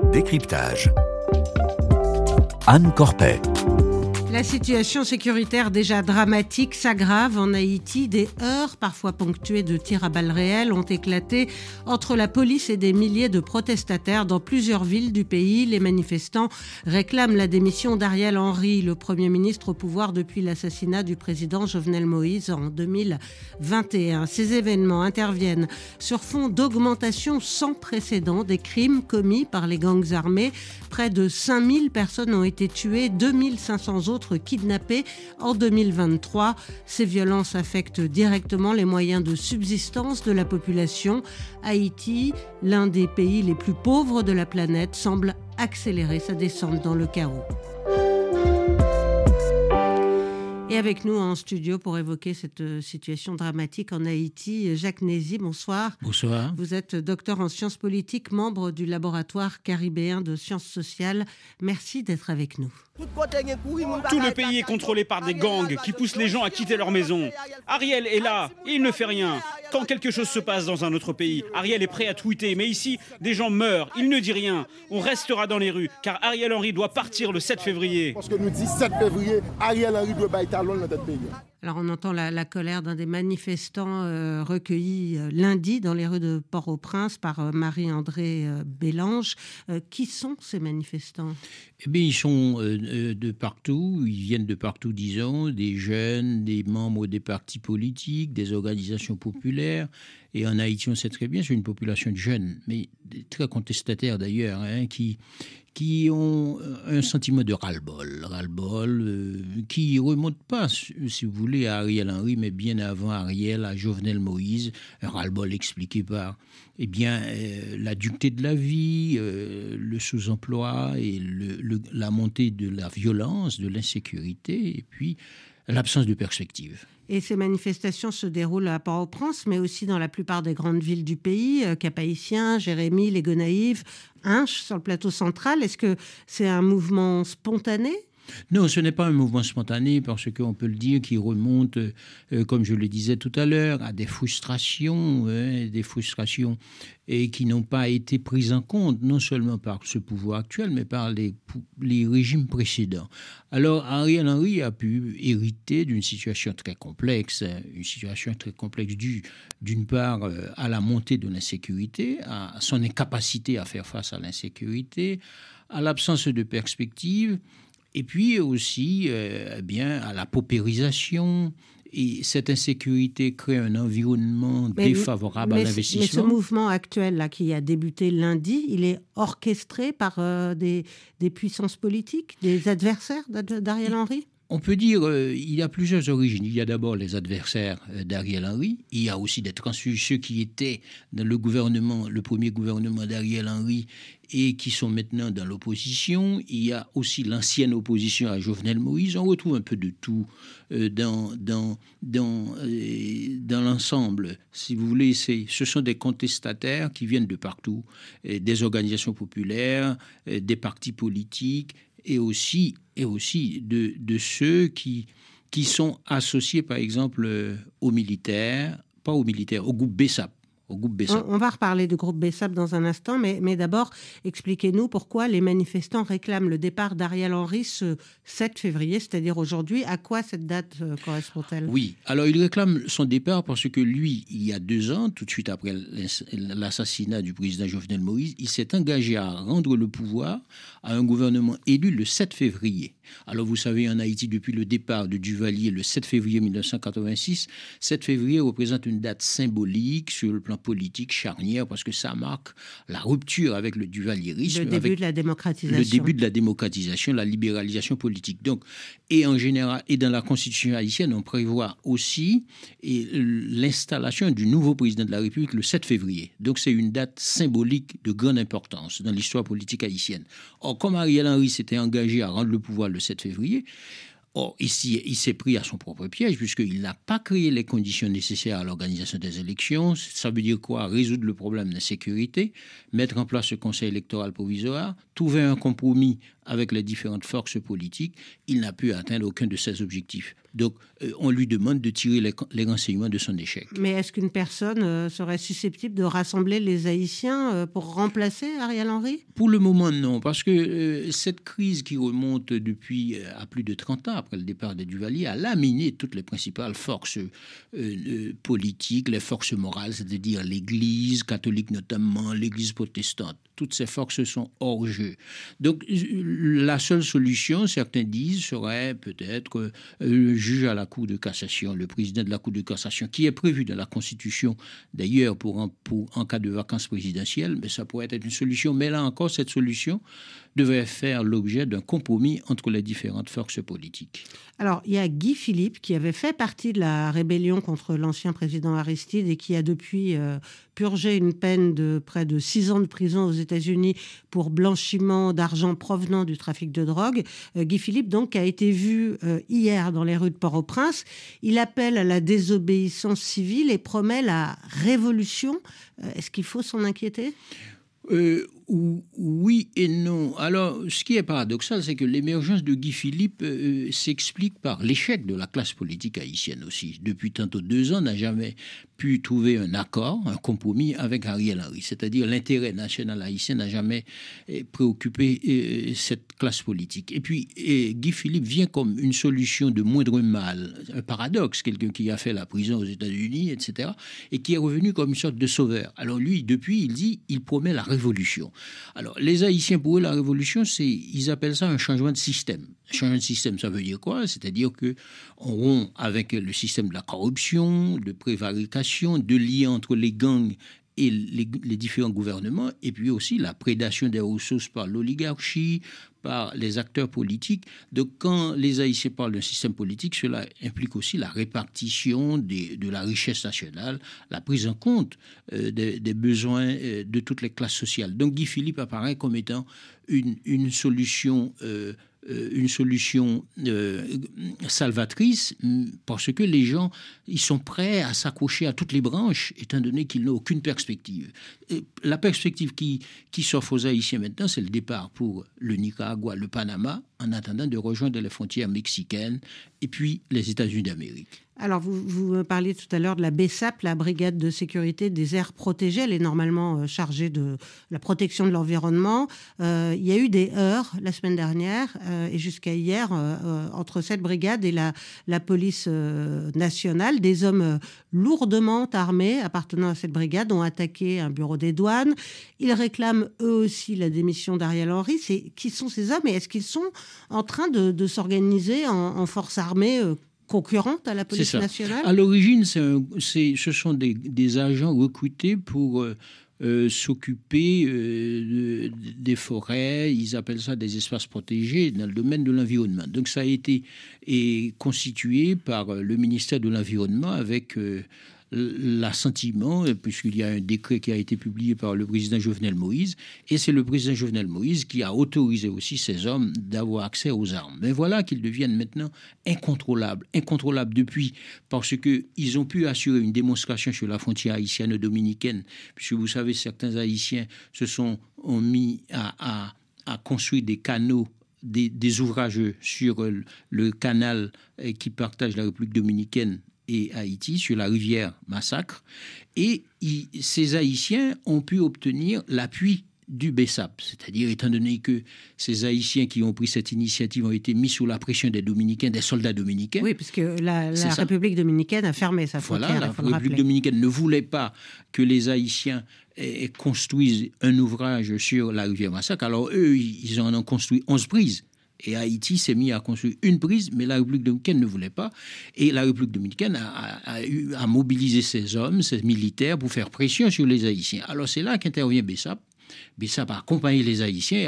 Décryptage. Anne Corpet. La situation sécuritaire déjà dramatique s'aggrave en Haïti. Des heurts, parfois ponctués de tirs à balles réelles, ont éclaté entre la police et des milliers de protestataires dans plusieurs villes du pays. Les manifestants réclament la démission d'Ariel Henry, le Premier ministre au pouvoir depuis l'assassinat du président Jovenel Moïse en 2021. Ces événements interviennent sur fond d'augmentation sans précédent des crimes commis par les gangs armés. Près de 5000 personnes ont été tuées, 2500 autres kidnappés en 2023. Ces violences affectent directement les moyens de subsistance de la population. Haïti, l'un des pays les plus pauvres de la planète, semble accélérer sa descente dans le chaos. Et avec nous en studio pour évoquer cette situation dramatique en Haïti, Jacques Nézy, bonsoir. Bonsoir. Vous êtes docteur en sciences politiques, membre du laboratoire caribéen de sciences sociales. Merci d'être avec nous. Tout le pays est contrôlé par des gangs qui poussent les gens à quitter leur maison. Ariel est là, et il ne fait rien. Quand quelque chose se passe dans un autre pays, Ariel est prêt à tweeter. Mais ici, des gens meurent, il ne dit rien. On restera dans les rues, car Ariel Henry doit partir le 7 février. Parce que nous dit 7 février, Ariel Henry doit bailler talon dans notre pays. Alors on entend la colère d'un des manifestants recueillis lundi dans les rues de Port-au-Prince par Marie-André Bélange. Qui sont ces manifestants ? Eh bien, ils sont de partout, ils viennent de partout, disons, des jeunes, des membres des partis politiques, des organisations populaires. Et en Haïti, on sait très bien, c'est une population de jeunes, mais très contestataires d'ailleurs, qui ont un sentiment de ras-le-bol, qui ne remonte pas, si vous voulez, à Ariel Henry, mais bien avant Ariel, à Jovenel Moïse, un ras-le-bol expliqué par la dureté de la vie, le sous-emploi et la montée de la violence, de l'insécurité, et puis l'absence de perspective. Et ces manifestations se déroulent à Port-au-Prince, mais aussi dans la plupart des grandes villes du pays, Cap-Haïtien, Jérémie, les Gonaïves, Hinche, sur le plateau central. Est-ce que c'est un mouvement spontané ? Non, ce n'est pas un mouvement spontané parce qu'on peut le dire qui remonte, comme je le disais tout à l'heure, à des frustrations et qui n'ont pas été prises en compte, non seulement par ce pouvoir actuel, mais par les régimes précédents. Alors, Ariel Henry a pu hériter d'une situation très complexe due, d'une part, à la montée de l'insécurité, à son incapacité à faire face à l'insécurité, à l'absence de perspective, et puis aussi à la paupérisation. Et cette insécurité crée un environnement défavorable à l'investissement. Mais ce mouvement actuel là, qui a débuté lundi, il est orchestré par des puissances politiques, des adversaires d'Ariel Henry ? On peut dire il y a plusieurs origines. Il y a d'abord les adversaires d'Ariel Henry. Il y a aussi ceux qui étaient dans le premier gouvernement d'Ariel Henry et qui sont maintenant dans l'opposition. Il y a aussi l'ancienne opposition à Jovenel Moïse. On retrouve un peu de tout dans l'ensemble. Si vous voulez, ce sont des contestataires qui viennent de partout, des organisations populaires, des partis politiques, et aussi de ceux qui sont associés, par exemple, aux militaires, pas aux militaires, au groupe BESAP. On va reparler du groupe BESAP dans un instant, mais d'abord, expliquez-nous pourquoi les manifestants réclament le départ d'Ariel Henry ce 7 février, c'est-à-dire aujourd'hui. À quoi cette date correspond-elle ? Oui, alors il réclame son départ parce que lui, il y a 2 ans, tout de suite après l'assassinat du président Jovenel Moïse, il s'est engagé à rendre le pouvoir à un gouvernement élu le 7 février. Alors vous savez, en Haïti, depuis le départ de Duvalier le 7 février 1986, 7 février représente une date symbolique sur le plan politique charnière parce que ça marque la rupture avec le duvalierisme. Le début de la démocratisation. La libéralisation politique. Donc, et en général, et dans la Constitution haïtienne, on prévoit aussi l'installation du nouveau président de la République le 7 février. Donc, c'est une date symbolique de grande importance dans l'histoire politique haïtienne. Or, comme Ariel Henry s'était engagé à rendre le pouvoir le 7 février, Or, ici, il s'est pris à son propre piège puisqu'il n'a pas créé les conditions nécessaires à l'organisation des élections. Ça veut dire quoi? Résoudre le problème d'insécurité, mettre en place ce conseil électoral provisoire, trouver un compromis avec les différentes forces politiques, il n'a pu atteindre aucun de ses objectifs. Donc, on lui demande de tirer les renseignements de son échec. Mais est-ce qu'une personne serait susceptible de rassembler les Haïtiens pour remplacer Ariel Henry? Pour le moment, non, parce que cette crise qui remonte depuis à plus de 30 ans après le départ des Duvalier a laminé toutes les principales forces politiques, les forces morales, c'est-à-dire l'Église catholique notamment, l'Église protestante. Toutes ces forces sont hors jeu. Donc, la seule solution, certains disent, serait peut-être le juge à la Cour de cassation, le président de la Cour de cassation, qui est prévu dans la Constitution, d'ailleurs, en cas de vacances présidentielles, mais ça pourrait être une solution. Mais là encore, cette solution devrait faire l'objet d'un compromis entre les différentes forces politiques. Alors, il y a Guy Philippe qui avait fait partie de la rébellion contre l'ancien président Aristide et qui a depuis purgé une peine de près de 6 ans de prison aux États-Unis pour blanchiment d'argent provenant du trafic de drogue. Guy Philippe, donc, a été vu hier dans les rues de Port-au-Prince. Il appelle à la désobéissance civile et promet la révolution. Est-ce qu'il faut s'en inquiéter ? Oui et non. Alors, ce qui est paradoxal, c'est que l'émergence de Guy Philippe s'explique par l'échec de la classe politique haïtienne aussi. Depuis tantôt 2 ans, n'a jamais pu trouver un accord, un compromis avec Ariel Henry. C'est-à-dire l'intérêt national haïtien n'a jamais préoccupé cette classe politique. Et puis, Guy Philippe vient comme une solution de moindre mal. Un paradoxe, quelqu'un qui a fait la prison aux États-Unis, etc., et qui est revenu comme une sorte de sauveur. Alors lui, depuis, il promet la révolution. Alors, les Haïtiens, pour eux, la révolution, ils appellent ça un changement de système. Un changement de système, ça veut dire quoi? C'est-à-dire qu'on rompt avec le système de la corruption, de prévarication, de lien entre les gangs et les différents gouvernements, et puis aussi la prédation des ressources par l'oligarchie, par les acteurs politiques. Donc, quand les Haïtiens parlent d'un système politique, cela implique aussi la répartition de la richesse nationale, la prise en compte des besoins de toutes les classes sociales. Donc, Guy Philippe apparaît comme étant une solution salvatrice, parce que les gens, ils sont prêts à s'accrocher à toutes les branches, étant donné qu'ils n'ont aucune perspective. Et la perspective qui s'offre aux Haïtiens maintenant, c'est le départ pour le Nicaragua, le Panama, en attendant de rejoindre les frontières mexicaines et puis les États-Unis d'Amérique. Alors, vous parliez tout à l'heure de la BESAP, la Brigade de sécurité des aires protégées. Elle est normalement chargée de la protection de l'environnement. Il y a eu des heurts la semaine dernière et jusqu'à hier entre cette brigade et la police nationale. Des hommes lourdement armés appartenant à cette brigade ont attaqué un bureau des douanes. Ils réclament eux aussi la démission d'Ariel Henry. Qui sont ces hommes et est-ce qu'ils sont en train de s'organiser en forces armées concurrente à la police nationale? À l'origine, ce sont des agents recrutés pour s'occuper des forêts. Ils appellent ça des espaces protégés dans le domaine de l'environnement. Donc ça a été constitué par le ministère de l'Environnement avec l'assentiment, puisqu'il y a un décret qui a été publié par le président Jovenel Moïse, et c'est le président Jovenel Moïse qui a autorisé aussi ces hommes d'avoir accès aux armes. Mais voilà qu'ils deviennent maintenant incontrôlables depuis, parce qu'ils ont pu assurer une démonstration sur la frontière haïtiano-dominicaine, puisque vous savez, certains Haïtiens ont mis à construire des canaux, des ouvrages sur le canal qui partage la République dominicaine et Haïti, sur la rivière Massacre, et ces Haïtiens ont pu obtenir l'appui du BESAP, c'est-à-dire étant donné que ces Haïtiens qui ont pris cette initiative ont été mis sous la pression des Dominicains, des soldats dominicains. Oui, puisque la République dominicaine a fermé sa frontière. Voilà, la République dominicaine ne voulait pas que les Haïtiens construisent un ouvrage sur la rivière Massacre. Alors eux, ils en ont construit 11 prises. Et Haïti s'est mis à construire une prise, mais la République dominicaine ne voulait pas. Et la République dominicaine a mobilisé ses hommes, ses militaires, pour faire pression sur les Haïtiens. Alors c'est là qu'intervient BESAP. BESAP a accompagné les Haïtiens et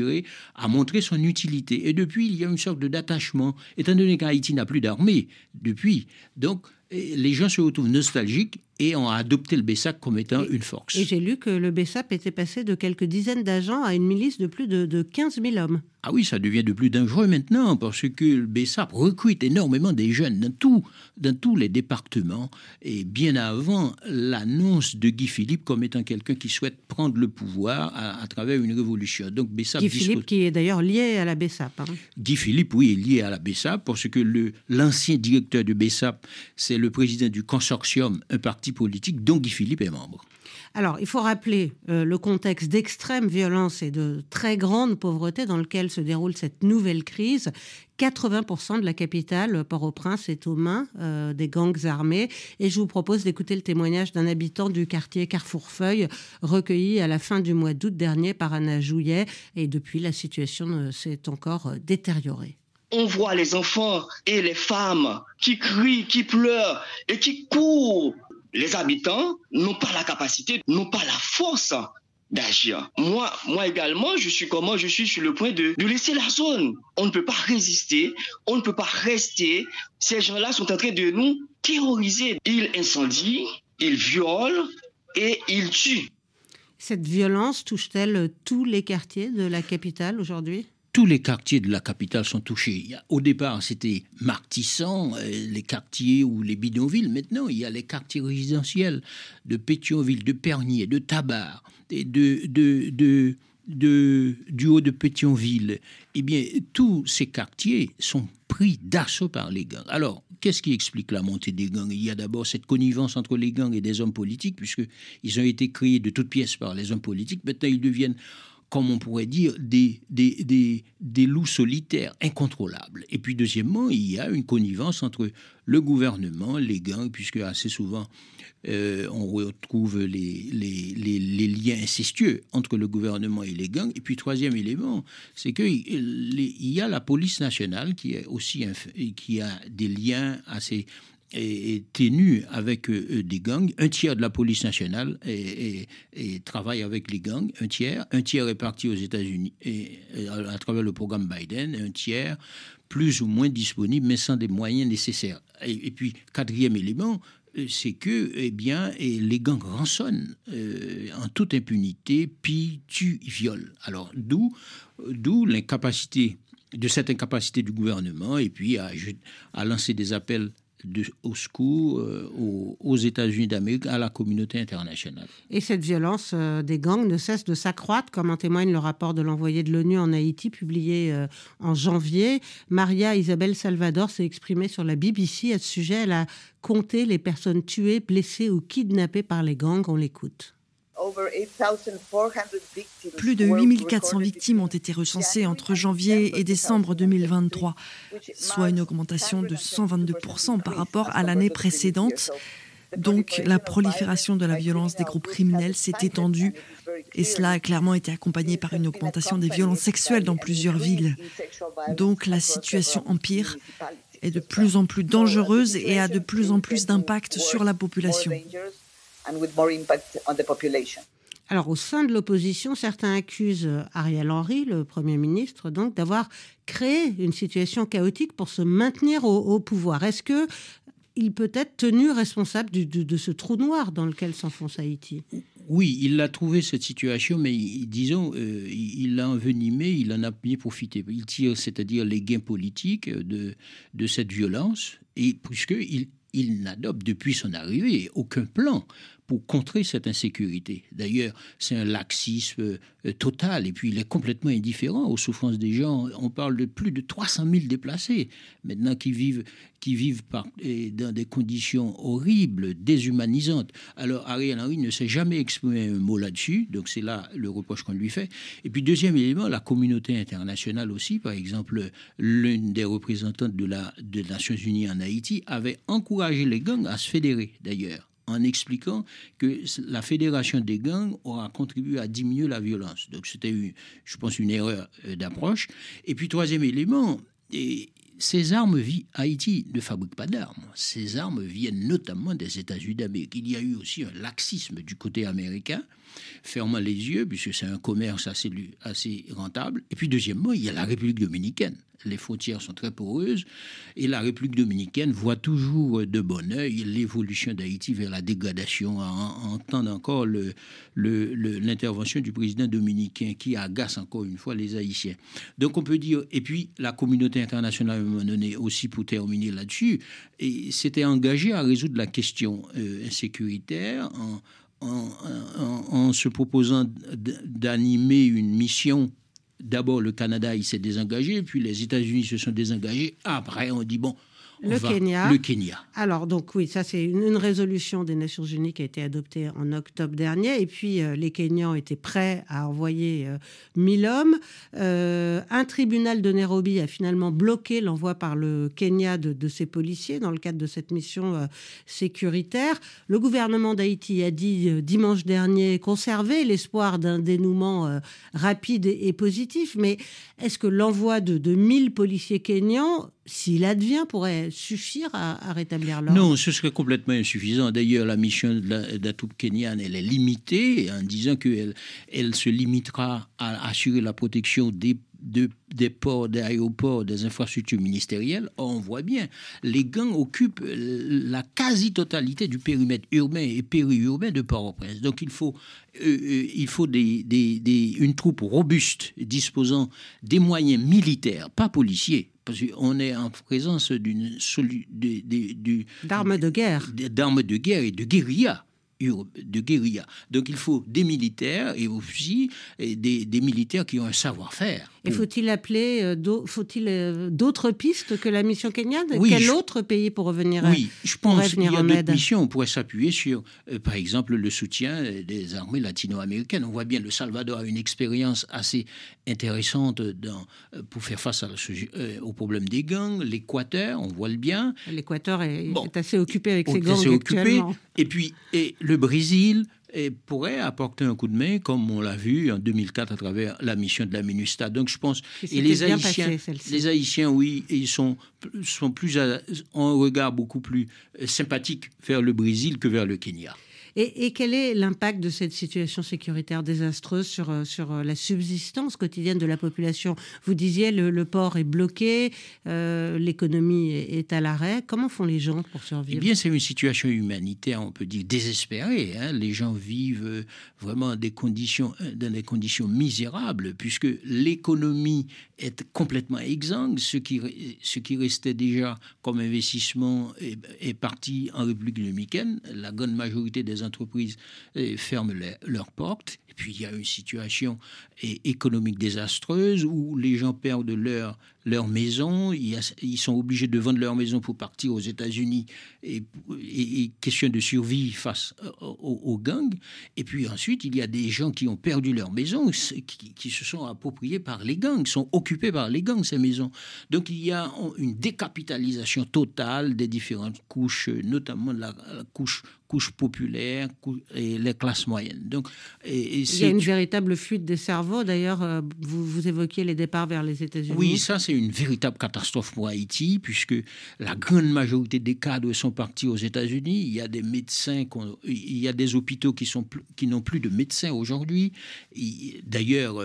a montré son utilité. Et depuis, il y a une sorte d'attachement, étant donné qu'Haïti n'a plus d'armée depuis. Donc, les gens se retrouvent nostalgiques et ont adopté le BESAP comme étant une force. Et j'ai lu que le BESAP était passé de quelques dizaines d'agents à une milice de plus de 15 000 hommes. Ah oui, ça devient de plus dangereux maintenant parce que le BESAP recrute énormément des jeunes dans tous les départements. Et bien avant l'annonce de Guy Philippe comme étant quelqu'un qui souhaite prendre le pouvoir à travers une révolution. Donc BESAP Guy Philippe qui est d'ailleurs lié à la BESAP. Guy Philippe, oui, est lié à la BESAP parce que l'ancien directeur de BESAP, c'est le président du consortium, un parti politique dont Guy Philippe est membre. Alors, il faut rappeler le contexte d'extrême violence et de très grande pauvreté dans lequel se déroule cette nouvelle crise. 80% de la capitale, Port-au-Prince, est aux mains des gangs armés. Et je vous propose d'écouter le témoignage d'un habitant du quartier Carrefour-Feuille, recueilli à la fin du mois d'août dernier par Anna Jouillet. Et depuis, la situation s'est encore détériorée. On voit les enfants et les femmes qui crient, qui pleurent et qui courent. Les habitants n'ont pas la capacité, n'ont pas la force d'agir. Moi également, je suis sur le point de laisser la zone. On ne peut pas résister, on ne peut pas rester. Ces gens-là sont en train de nous terroriser. Ils incendient, ils violent et ils tuent. Cette violence touche-t-elle tous les quartiers de la capitale aujourd'hui ? Tous les quartiers de la capitale sont touchés. Au départ, c'était Martissant, les quartiers ou les bidonvilles. Maintenant, il y a les quartiers résidentiels de Pétionville, de Pernier, de Tabar, et du haut de Pétionville. Eh bien, tous ces quartiers sont pris d'assaut par les gangs. Alors, qu'est-ce qui explique la montée des gangs ? Il y a d'abord cette connivence entre les gangs et des hommes politiques, puisqu'ils ont été créés de toutes pièces par les hommes politiques. Maintenant, ils deviennent, comme on pourrait dire, des loups solitaires incontrôlables. Et puis deuxièmement, il y a une connivence entre le gouvernement, les gangs, puisque assez souvent on retrouve les liens incestueux entre le gouvernement et les gangs. Et puis troisième élément, c'est qu'il y a la police nationale qui est aussi qui a des liens assez ténue avec des gangs. Un tiers de la police nationale travaille avec les gangs, un tiers est parti aux États-Unis à travers le programme Biden, un tiers plus ou moins disponible mais sans des moyens nécessaires. Et puis quatrième élément, c'est que les gangs rançonnent en toute impunité, pillent, tuent, violent. Alors d'où cette incapacité du gouvernement et puis à lancer des appels au secours aux États-Unis d'Amérique, à la communauté internationale. Et cette violence des gangs ne cesse de s'accroître, comme en témoigne le rapport de l'envoyé de l'ONU en Haïti, publié en janvier. Maria Isabelle Salvador s'est exprimée sur la BBC à ce sujet. Elle a compté les personnes tuées, blessées ou kidnappées par les gangs. On l'écoute. Plus de 8400 victimes ont été recensées entre janvier et décembre 2023, soit une augmentation de 122% par rapport à l'année précédente. Donc la prolifération de la violence des groupes criminels s'est étendue et cela a clairement été accompagné par une augmentation des violences sexuelles dans plusieurs villes. Donc la situation empire, est de plus en plus dangereuse et a de plus en plus d'impact sur la population. Alors, au sein de l'opposition, certains accusent Ariel Henry, le Premier ministre, donc, d'avoir créé une situation chaotique pour se maintenir au pouvoir. Est-ce qu'il peut être tenu responsable de ce trou noir dans lequel s'enfonce Haïti ? Oui, il a trouvé cette situation, mais disons, il l'a envenimée, il en a bien profité. Il tire, c'est-à-dire les gains politiques de cette violence, et puisqu'il n'adopte depuis son arrivée aucun plan pour contrer cette insécurité. D'ailleurs, c'est un laxisme total, et puis il est complètement indifférent aux souffrances des gens. On parle de plus de 300 000 déplacés, maintenant qui vivent dans des conditions horribles, déshumanisantes. Alors, Ariel Henry ne s'est jamais exprimé un mot là-dessus, donc c'est là le reproche qu'on lui fait. Et puis, deuxième élément, la communauté internationale aussi, par exemple, l'une des représentantes des Nations Unies en Haïti avait encouragé les gangs à se fédérer, d'ailleurs, en expliquant que la fédération des gangs aura contribué à diminuer la violence. Donc c'était, je pense, une erreur d'approche. Et puis troisième élément, Haïti ne fabrique pas d'armes. Ces armes viennent notamment des États-Unis d'Amérique. Il y a eu aussi un laxisme du côté américain, fermant les yeux, puisque c'est un commerce assez rentable. Et puis deuxièmement, il y a la République dominicaine. Les frontières sont très poreuses et la République dominicaine voit toujours de bon œil l'évolution d'Haïti vers la dégradation, en entendant encore l'intervention du président dominicain qui agace encore une fois les Haïtiens. Donc on peut dire, et puis la communauté internationale à un moment donné aussi, pour terminer là-dessus, s'était engagée à résoudre la question insécuritaire en se proposant d'animer une mission. D'abord, le Canada, il s'est désengagé, puis les États-Unis se sont désengagés. Après, on dit, bon, le Kenya. Alors, donc oui, ça c'est une résolution des Nations Unies qui a été adoptée en octobre dernier. Et puis, les Kenyans étaient prêts à envoyer 1000 hommes. Un tribunal de Nairobi a finalement bloqué l'envoi par le Kenya de ces policiers dans le cadre de cette mission sécuritaire. Le gouvernement d'Haïti a dit dimanche dernier conserver l'espoir d'un dénouement rapide et positif. Mais est-ce que l'envoi de 1000 policiers kenyans, s'il advient, pourrait suffire à rétablir l'ordre? Non, ce serait complètement insuffisant. D'ailleurs, la mission de la troupe kenyane, elle est limitée en disant qu'elle se limitera à assurer la protection des ports, des aéroports, des infrastructures ministérielles. Or, on voit bien, les gangs occupent la quasi-totalité du périmètre urbain et périurbain de Port-au-Prince. Donc, il faut une troupe robuste disposant des moyens militaires, pas policiers. Parce qu'on est en présence d'armes de guerre. D'armes de guerre et de guérilla. Donc il faut des militaires et aussi des militaires qui ont un savoir-faire. Et faut-il appeler d'autres pistes que la mission kenyane? Oui, Quel autre pays pour revenir Oui, je pense qu'il y a d'autres missions. On pourrait s'appuyer sur, par exemple, le soutien des armées latino-américaines. On voit bien le Salvador a une expérience assez intéressante pour faire face au problème des gangs. L'Équateur, on voit le bien. L'Équateur est assez occupé avec ses gangs actuellement. Et puis le Brésil pourrait apporter un coup de main, comme on l'a vu en 2004 à travers la mission de la MINUSTAH. Donc je pense, et les Haïtiens, oui, ils sont plus ont un regard beaucoup plus sympathique vers le Brésil que vers le Kenya. Et quel est l'impact de cette situation sécuritaire désastreuse sur la subsistance quotidienne de la population? Vous disiez le port est bloqué, l'économie est à l'arrêt. Comment font les gens pour survivre? Eh bien, c'est une situation humanitaire, on peut dire, désespérée. Les gens vivent vraiment dans des conditions misérables, puisque l'économie est complètement exsangue. Ce qui restait déjà comme investissement est parti en République dominicaine. La grande majorité des entreprises ferment leurs portes. Et puis, il y a une situation économique désastreuse où les gens perdent leur maison. Ils sont obligés de vendre leur maison pour partir aux États-Unis et question de survie face aux gangs. Et puis ensuite, il y a des gens qui ont perdu leur maison, qui se sont appropriés par les gangs, sont occupés par les gangs, ces maisons. Donc, il y a une décapitalisation totale des différentes couches, notamment la couche populaire et les classes moyennes. Donc, il y a une véritable fuite des cerveaux. D'ailleurs, vous évoquiez les départs vers les États-Unis. Oui, ça, c'est une véritable catastrophe pour Haïti, puisque la grande majorité des cadres sont partis aux États-Unis. Il y a des médecins, il y a des hôpitaux qui n'ont plus de médecins aujourd'hui. D'ailleurs,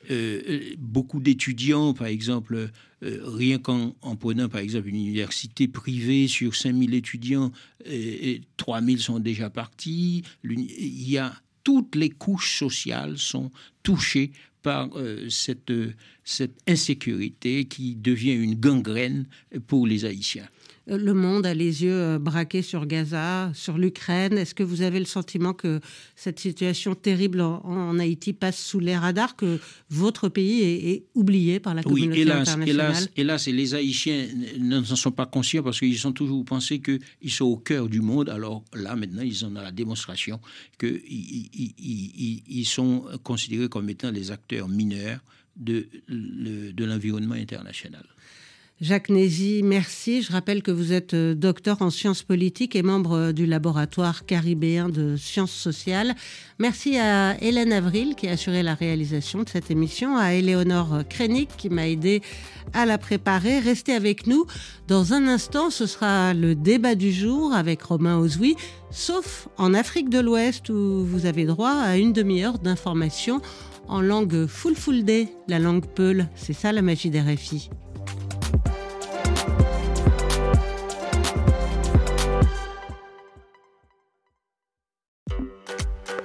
beaucoup d'étudiants, par exemple, rien qu'en prenant par exemple une université privée sur 5000 étudiants, 3000 sont déjà partis. Il y a toutes les couches sociales sont touchées par cette insécurité qui devient une gangrène pour les Haïtiens. Le monde a les yeux braqués sur Gaza, sur l'Ukraine. Est-ce que vous avez le sentiment que cette situation terrible en Haïti passe sous les radars, que votre pays est oublié par la communauté internationale? Hélas, et les Haïtiens n'en sont pas conscients parce qu'ils ont toujours pensé qu'ils sont au cœur du monde. Alors là, maintenant, ils en ont la démonstration qu'ils sont considérés comme étant les acteurs mineurs de l'environnement international. Jacques Nézy, merci. Je rappelle que vous êtes docteur en sciences politiques et membre du laboratoire caribéen de sciences sociales. Merci à Hélène Avril qui a assuré la réalisation de cette émission, à Éléonore Krenik qui m'a aidé à la préparer. Restez avec nous. Dans un instant, ce sera le débat du jour avec Romain Ozoui, sauf en Afrique de l'Ouest où vous avez droit à une demi-heure d'information en langue Fulfulde, la langue Peul. C'est ça la magie des RFI.